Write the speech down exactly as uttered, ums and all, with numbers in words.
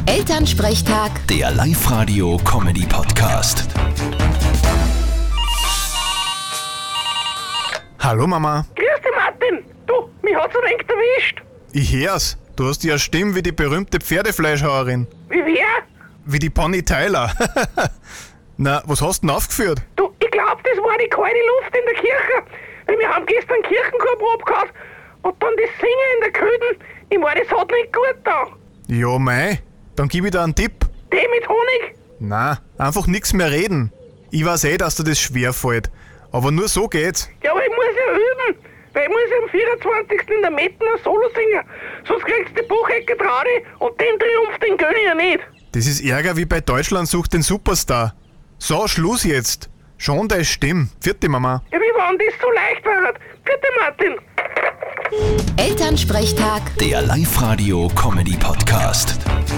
Elternsprechtag, Der Live-Radio-Comedy-Podcast. Hallo Mama. Grüß dich, Martin. Du, mich hat's ein wenig erwischt. Ich hör's. Du hast ja eine Stimme wie die berühmte Pferdefleischhauerin. Wie wer? Wie die Bonnie Tyler. Na, was hast du denn aufgeführt? Du, ich glaub, das war die kalte Luft in der Kirche. Weil wir haben gestern Kirchenchorprobe gehabt und dann das Singen in der Köden. Ich meine, das hat nicht gut da. Ja, mei. Dann gib ich dir einen Tipp. Tee mit Honig? Na, einfach nichts mehr reden. Ich weiß eh, dass dir das schwer fällt. Aber nur so geht's. Ja, aber ich muss ja üben. Weil ich muss ja am vierundzwanzigsten in der Metten ein Solo singen. Sonst kriegst du die Buchecke Tradi und den Triumph, den gönn ich ja nicht. Das ist Ärger wie bei Deutschland sucht den Superstar. So, Schluss jetzt. Schon deine Stimme. Vierte Mama. Ja, wie wann das so leicht war. Bitte, Martin. Elternsprechtag. Der Live-Radio-Comedy-Podcast.